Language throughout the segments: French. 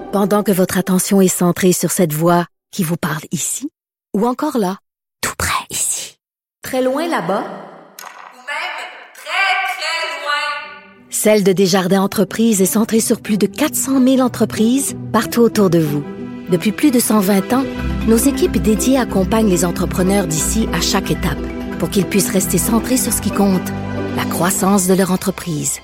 Pendant que votre attention est centrée sur cette voix qui vous parle ici, ou encore là, tout près ici, très loin là-bas, ou même très, très loin. Celle de Desjardins Entreprises est centrée sur plus de 400 000 entreprises partout autour de vous. Depuis plus de 120 ans, nos équipes dédiées accompagnent les entrepreneurs d'ici à chaque étape pour qu'ils puissent rester centrés sur ce qui compte, la croissance de leur entreprise.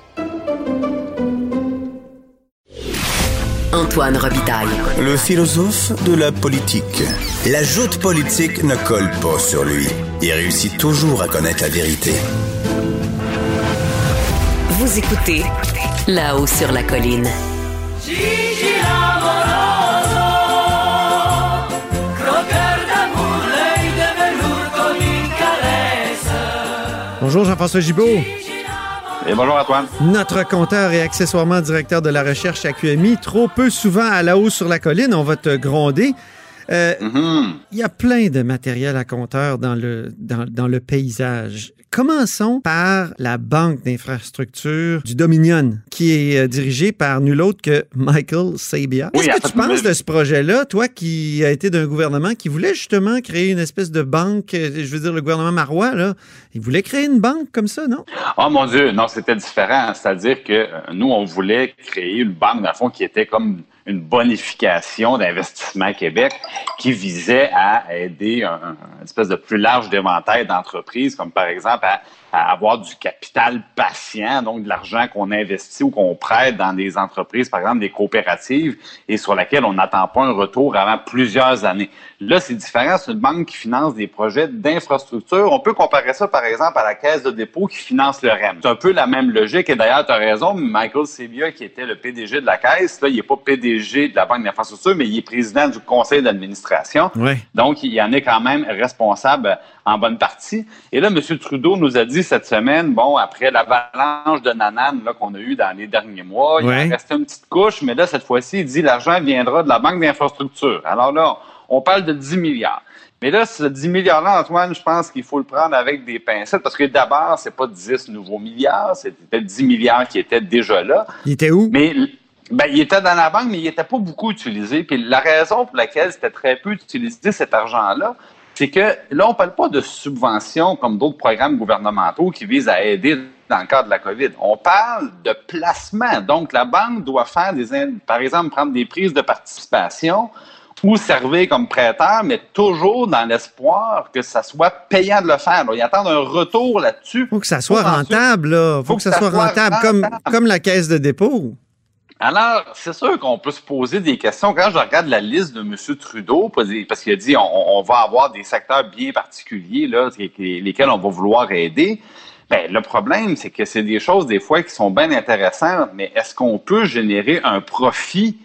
Antoine Robitaille. Le philosophe de la politique. La joute politique ne colle pas sur lui. Il réussit toujours à connaître la vérité. Vous écoutez Là-haut sur la colline. Bonjour Jean-François Gibault. Et bonjour Antoine. Notre compteur et accessoirement directeur de la recherche à QMI, trop peu souvent à la haut sur la colline, on va te gronder. Il y a plein de matériel à compteur dans le paysage. Commençons par la Banque d'infrastructure du Dominion, qui est dirigée par nul autre que Michael Sabia. Oui, Qu'est-ce que tu penses de ce projet-là, toi qui as été d'un gouvernement qui voulait justement créer une espèce de banque, je veux dire le gouvernement Marois, là, il voulait créer une banque comme ça, non? Oh mon Dieu, non, c'était différent. C'est-à-dire que nous, on voulait créer une banque, dans le fond, qui était comme une bonification d'Investissement Québec qui visait à aider un espèce de plus large éventail d'entreprises, comme par exemple à avoir du capital patient, donc de l'argent qu'on investit ou qu'on prête dans des entreprises, par exemple des coopératives, et sur laquelle on n'attend pas un retour avant plusieurs années. Là, c'est différent, c'est une banque qui finance des projets d'infrastructure. On peut comparer ça, par exemple, à la Caisse de dépôt qui finance le REM. C'est un peu la même logique, et d'ailleurs, tu as raison, Michael Sabia, qui était le PDG de la Caisse, là, il n'est pas PDG de la Banque d'infrastructure, mais il est président du conseil d'administration. Ouais. Donc, il en est quand même responsable en bonne partie. Et là, M. Trudeau nous a dit cette semaine, bon, après l'avalanche de nananes là, qu'on a eu dans les derniers mois, il en restait une petite couche, mais là, cette fois-ci, il dit l'argent viendra de la Banque d'infrastructure. Alors là, on parle de 10 milliards. Mais là, ce 10 milliards-là, Antoine, je pense qu'il faut le prendre avec des pincettes parce que d'abord, c'est pas 10 nouveaux milliards, c'était 10 milliards qui étaient déjà là. Il était où? Mais il était dans la banque, mais il n'était pas beaucoup utilisé. Puis la raison pour laquelle c'était très peu utilisé, cet argent-là, c'est que là, on ne parle pas de subventions comme d'autres programmes gouvernementaux qui visent à aider dans le cadre de la COVID. On parle de placement. Donc, la banque doit faire par exemple, prendre des prises de participation ou servir comme prêteur, mais toujours dans l'espoir que ça soit payant de le faire. Ils attendent un retour là-dessus. Il faut que ça soit rentable, là. Il faut que ça soit rentable, comme la Caisse de dépôt. Alors, c'est sûr qu'on peut se poser des questions. Quand je regarde la liste de M. Trudeau, parce qu'il a dit on va avoir des secteurs bien particuliers, là, lesquels on va vouloir aider, ben, le problème, c'est que c'est des choses, des fois, qui sont bien intéressantes, mais est-ce qu'on peut générer un profit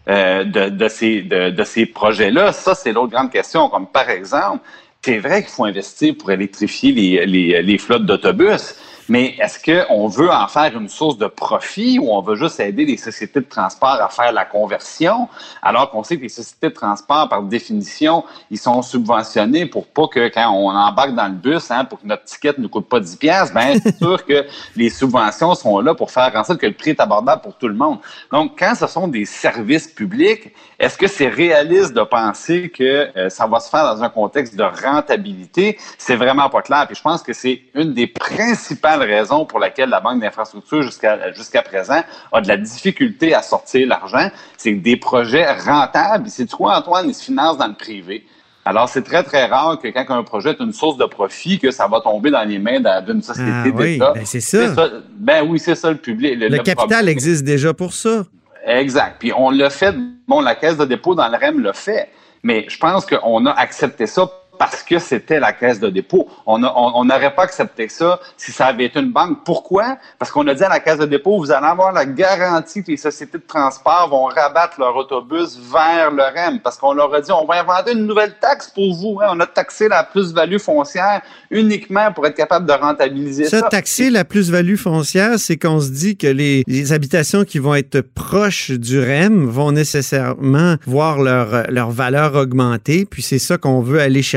de ces projets-là? Ça, c'est l'autre grande question. Comme par exemple, c'est vrai qu'il faut investir pour électrifier les flottes d'autobus, mais est-ce qu'on veut en faire une source de profit ou on veut juste aider les sociétés de transport à faire la conversion, alors qu'on sait que les sociétés de transport, par définition, ils sont subventionnés pour pas que quand on embarque dans le bus, pour que notre ticket ne coûte pas 10$, ben c'est sûr que les subventions sont là pour faire en sorte que le prix est abordable pour tout le monde. Donc, quand ce sont des services publics, est-ce que c'est réaliste de penser que ça va se faire dans un contexte de rentabilité? C'est vraiment pas clair. Puis je pense que c'est une des principales raisons pour laquelle la Banque d'infrastructure jusqu'à présent a de la difficulté à sortir l'argent. C'est que des projets rentables, c'est quoi, Antoine, ils se financent dans le privé. Alors, c'est très, très rare que quand un projet est une source de profit, que ça va tomber dans les mains d'une société d'État. Ben c'est ça. Oui, c'est ça le public. Le capital problème existe déjà pour ça. Exact. Puis on l'a fait, la Caisse de dépôt dans le REM l'a fait, mais je pense qu'on a accepté ça parce que c'était la Caisse de dépôt. On n'aurait pas accepté ça si ça avait été une banque. Pourquoi? Parce qu'on a dit à la Caisse de dépôt, vous allez avoir la garantie que les sociétés de transport vont rabattre leur autobus vers le REM. Parce qu'on leur a dit, on va inventer une nouvelle taxe pour vous. On a taxé la plus-value foncière uniquement pour être capable de rentabiliser ça. Taxer la plus-value foncière, c'est qu'on se dit que les habitations qui vont être proches du REM vont nécessairement voir leur valeur augmenter. Puis c'est ça qu'on veut aller chercher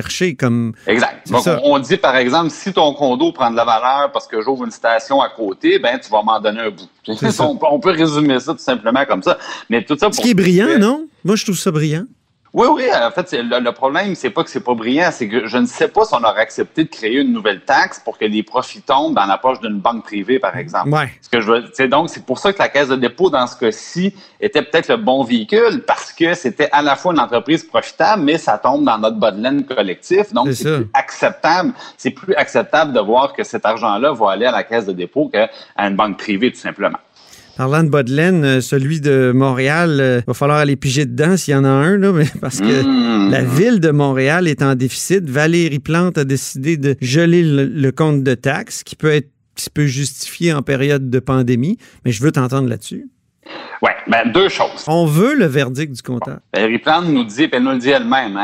marché. Comme Exact. Donc, on dit, par exemple, si ton condo prend de la valeur parce que j'ouvre une station à côté, ben tu vas m'en donner un bout. On peut résumer ça tout simplement comme ça. Mais tout ça ce qui est brillant, non? Moi, je trouve ça brillant. Oui. En fait, le problème, c'est pas que c'est pas brillant, c'est que je ne sais pas si on aurait accepté de créer une nouvelle taxe pour que les profits tombent dans la poche d'une banque privée, par exemple. Ouais. Donc, c'est pour ça que la Caisse de dépôt, dans ce cas-ci, était peut-être le bon véhicule, parce que c'était à la fois une entreprise profitable, mais ça tombe dans notre bas de laine collectif. Donc, c'est plus acceptable. C'est plus acceptable de voir que cet argent-là va aller à la Caisse de dépôt qu'à une banque privée, tout simplement. Parlant de bas de laine, celui de Montréal, va falloir aller piger dedans s'il y en a un, là, mais parce que la ville de Montréal est en déficit. Valérie Plante a décidé de geler le compte de taxes qui peut justifier en période de pandémie, mais je veux t'entendre là-dessus. Oui, deux choses. On veut le verdict du comptable. Valérie Plante nous dit, puis elle nous le dit elle-même,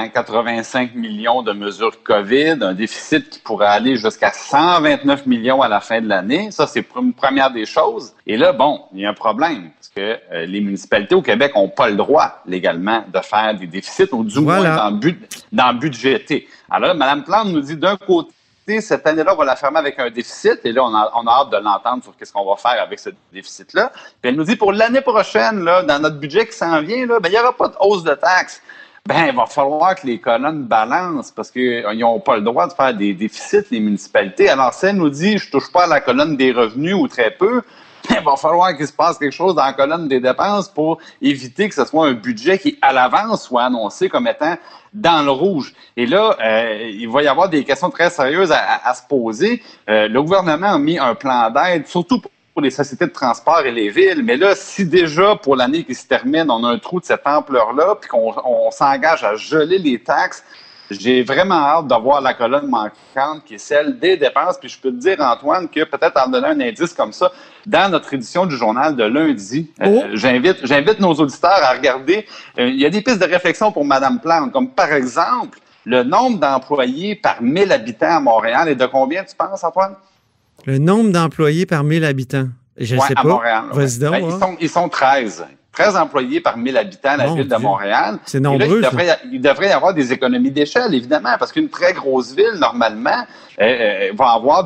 85 millions de mesures COVID, un déficit qui pourrait aller jusqu'à 129 millions à la fin de l'année. Ça, c'est une première des choses. Et là, il y a un problème, parce que les municipalités au Québec n'ont pas le droit légalement de faire des déficits, ou du moins dans budgéter. Alors là, Mme Plante nous dit d'un côté, cette année-là, on va la fermer avec un déficit. Et là, on a hâte de l'entendre sur qu'est-ce qu'on va faire avec ce déficit-là. Puis elle nous dit, pour l'année prochaine, là, dans notre budget qui s'en vient, là, il n'y aura pas de hausse de taxes. Il va falloir que les colonnes balancent parce qu'ils n'ont pas le droit de faire des déficits, les municipalités. Alors, si elle nous dit, je touche pas à la colonne des revenus ou très peu, il va falloir qu'il se passe quelque chose dans la colonne des dépenses pour éviter que ce soit un budget qui, à l'avance, soit annoncé comme étant dans le rouge. Et là, il va y avoir des questions très sérieuses à se poser. Le gouvernement a mis un plan d'aide, surtout pour les sociétés de transport et les villes. Mais là, si déjà, pour l'année qui se termine, on a un trou de cette ampleur-là, puis qu'on s'engage à geler les taxes, j'ai vraiment hâte de voir la colonne manquante qui est celle des dépenses. Puis je peux te dire, Antoine, que peut-être en donnant un indice comme ça, dans notre édition du journal de lundi, j'invite nos auditeurs à regarder. Il y a des pistes de réflexion pour Mme Plante, comme par exemple, le nombre d'employés par 1000 habitants à Montréal est de combien, tu penses, Antoine? Le nombre d'employés par 1000 habitants? Je ne sais pas. À Montréal. Ils sont 13. 13 employés par 1000 habitants à la ville de Montréal. C'est nombreux. Là, il devrait y avoir des économies d'échelle, évidemment, parce qu'une très grosse ville, normalement, va avoir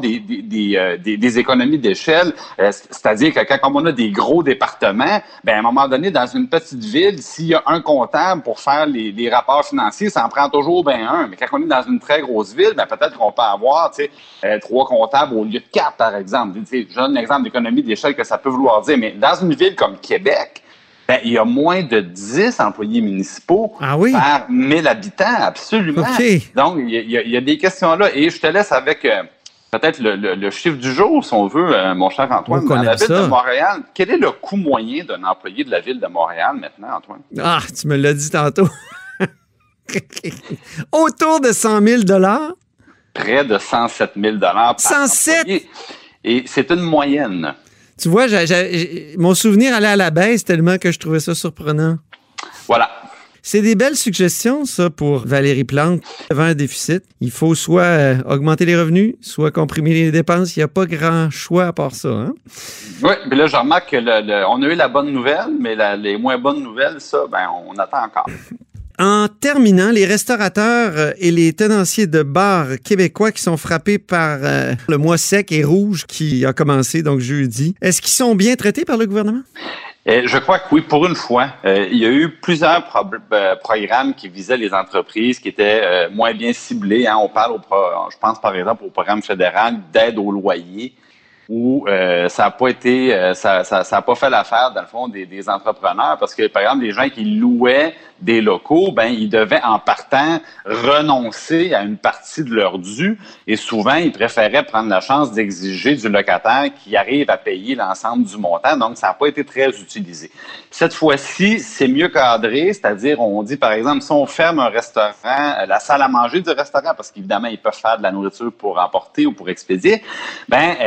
des économies d'échelle. C'est-à-dire que quand on a des gros départements, à un moment donné, dans une petite ville, s'il y a un comptable pour faire les rapports financiers, ça en prend toujours un. Mais quand on est dans une très grosse ville, peut-être qu'on peut avoir 3 comptables au lieu de 4, par exemple. Je donne un exemple d'économie d'échelle que ça peut vouloir dire. Mais dans une ville comme Québec, il y a moins de 10 employés municipaux par 1000 habitants, absolument. Okay. Donc, il y a des questions là. Et je te laisse avec peut-être le chiffre du jour, si on veut, mon cher Antoine. Dans la ville de Montréal, quel est le coût moyen d'un employé de la ville de Montréal maintenant, Antoine? Ah, tu me l'as dit tantôt. Autour de 100 000 $? Près de 107 000 par 107? employé. Et c'est une moyenne. Tu vois, mon souvenir allait à la baisse tellement que je trouvais ça surprenant. Voilà. C'est des belles suggestions, ça, pour Valérie Plante. Devant un déficit, il faut soit augmenter les revenus, soit comprimer les dépenses. Il n'y a pas grand choix à part ça. Hein? Oui, mais là, je remarque on a eu la bonne nouvelle, mais les moins bonnes nouvelles, ça, on attend encore. En terminant, les restaurateurs et les tenanciers de bars québécois qui sont frappés par le mois sec et rouge qui a commencé, donc jeudi, est-ce qu'ils sont bien traités par le gouvernement? Je crois que oui, pour une fois. Il y a eu plusieurs programmes qui visaient les entreprises qui étaient moins bien ciblés. On parle, je pense par exemple au programme fédéral d'aide au loyer, où ça n'a pas été, ça a pas fait l'affaire dans le fond des entrepreneurs, parce que par exemple les gens qui louaient des locaux, ils devaient en partant renoncer à une partie de leur dû, et souvent ils préféraient prendre la chance d'exiger du locataire qui arrive à payer l'ensemble du montant, donc ça n'a pas été très utilisé. Cette fois-ci, c'est mieux cadré, c'est-à-dire on dit par exemple si on ferme un restaurant, la salle à manger du restaurant, parce qu'évidemment ils peuvent faire de la nourriture pour emporter ou pour expédier, là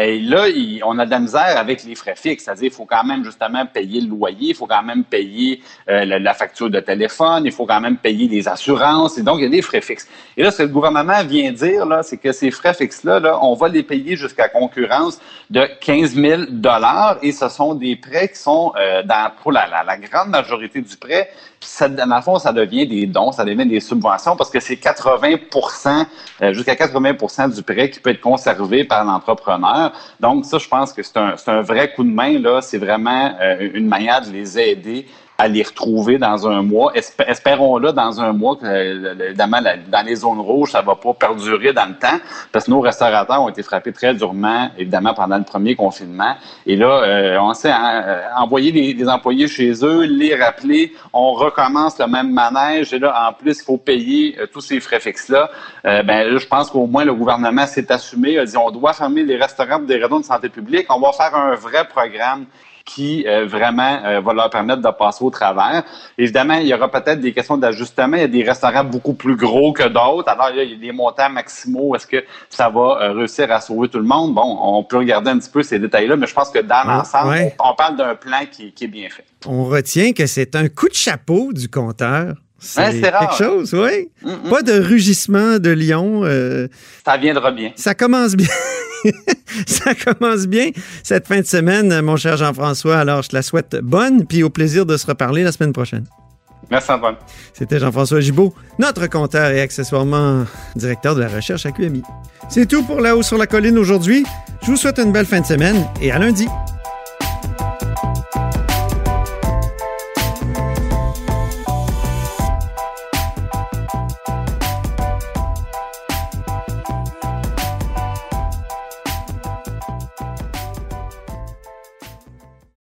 on a de la misère avec les frais fixes. C'est-à-dire, il faut quand même justement payer le loyer, il faut quand même payer la facture de téléphone, il faut quand même payer les assurances. Et donc, il y a des frais fixes. Et là, ce que le gouvernement vient dire, là, c'est que ces frais fixes-là, là, on va les payer jusqu'à concurrence de 15 000 $ et ce sont des prêts qui sont pour la grande majorité du prêt. Dans le fond, ça devient des dons, ça devient des subventions parce que c'est 80%, jusqu'à 80% du prêt qui peut être conservé par l'entrepreneur. Donc, ça, je pense que c'est un vrai coup de main, là. C'est vraiment une manière de les aider à les retrouver dans un mois. Espérons-le dans un mois que, évidemment, dans les zones rouges, ça va pas perdurer dans le temps parce que nos restaurateurs ont été frappés très durement, évidemment, pendant le premier confinement. Et là, on sait envoyer les employés chez eux, les rappeler, on recommence le même manège et là, en plus, il faut payer tous ces frais fixes-là. Là, je pense qu'au moins, le gouvernement s'est assumé, a dit on doit fermer les restaurants pour des raisons de santé publique, on va faire un vrai programme qui vraiment va leur permettre de passer au travers. Évidemment, il y aura peut-être des questions d'ajustement. Il y a des restaurants beaucoup plus gros que d'autres. Alors, là, il y a des montants maximaux. Est-ce que ça va réussir à sauver tout le monde? Bon, on peut regarder un petit peu ces détails-là, mais je pense que dans l'ensemble, on parle d'un plan qui est bien fait. On retient que c'est un coup de chapeau du compteur. C'est quelque chose, oui. Pas de rugissement de lion. Ça viendra bien. Ça commence bien. Ça commence bien cette fin de semaine, mon cher Jean-François. Alors, je te la souhaite bonne, puis au plaisir de se reparler la semaine prochaine. Merci, Antoine. C'était Jean-François Gibault, notre compteur et accessoirement directeur de la recherche à QMI. C'est tout pour Là-haut sur la colline aujourd'hui. Je vous souhaite une belle fin de semaine et à lundi.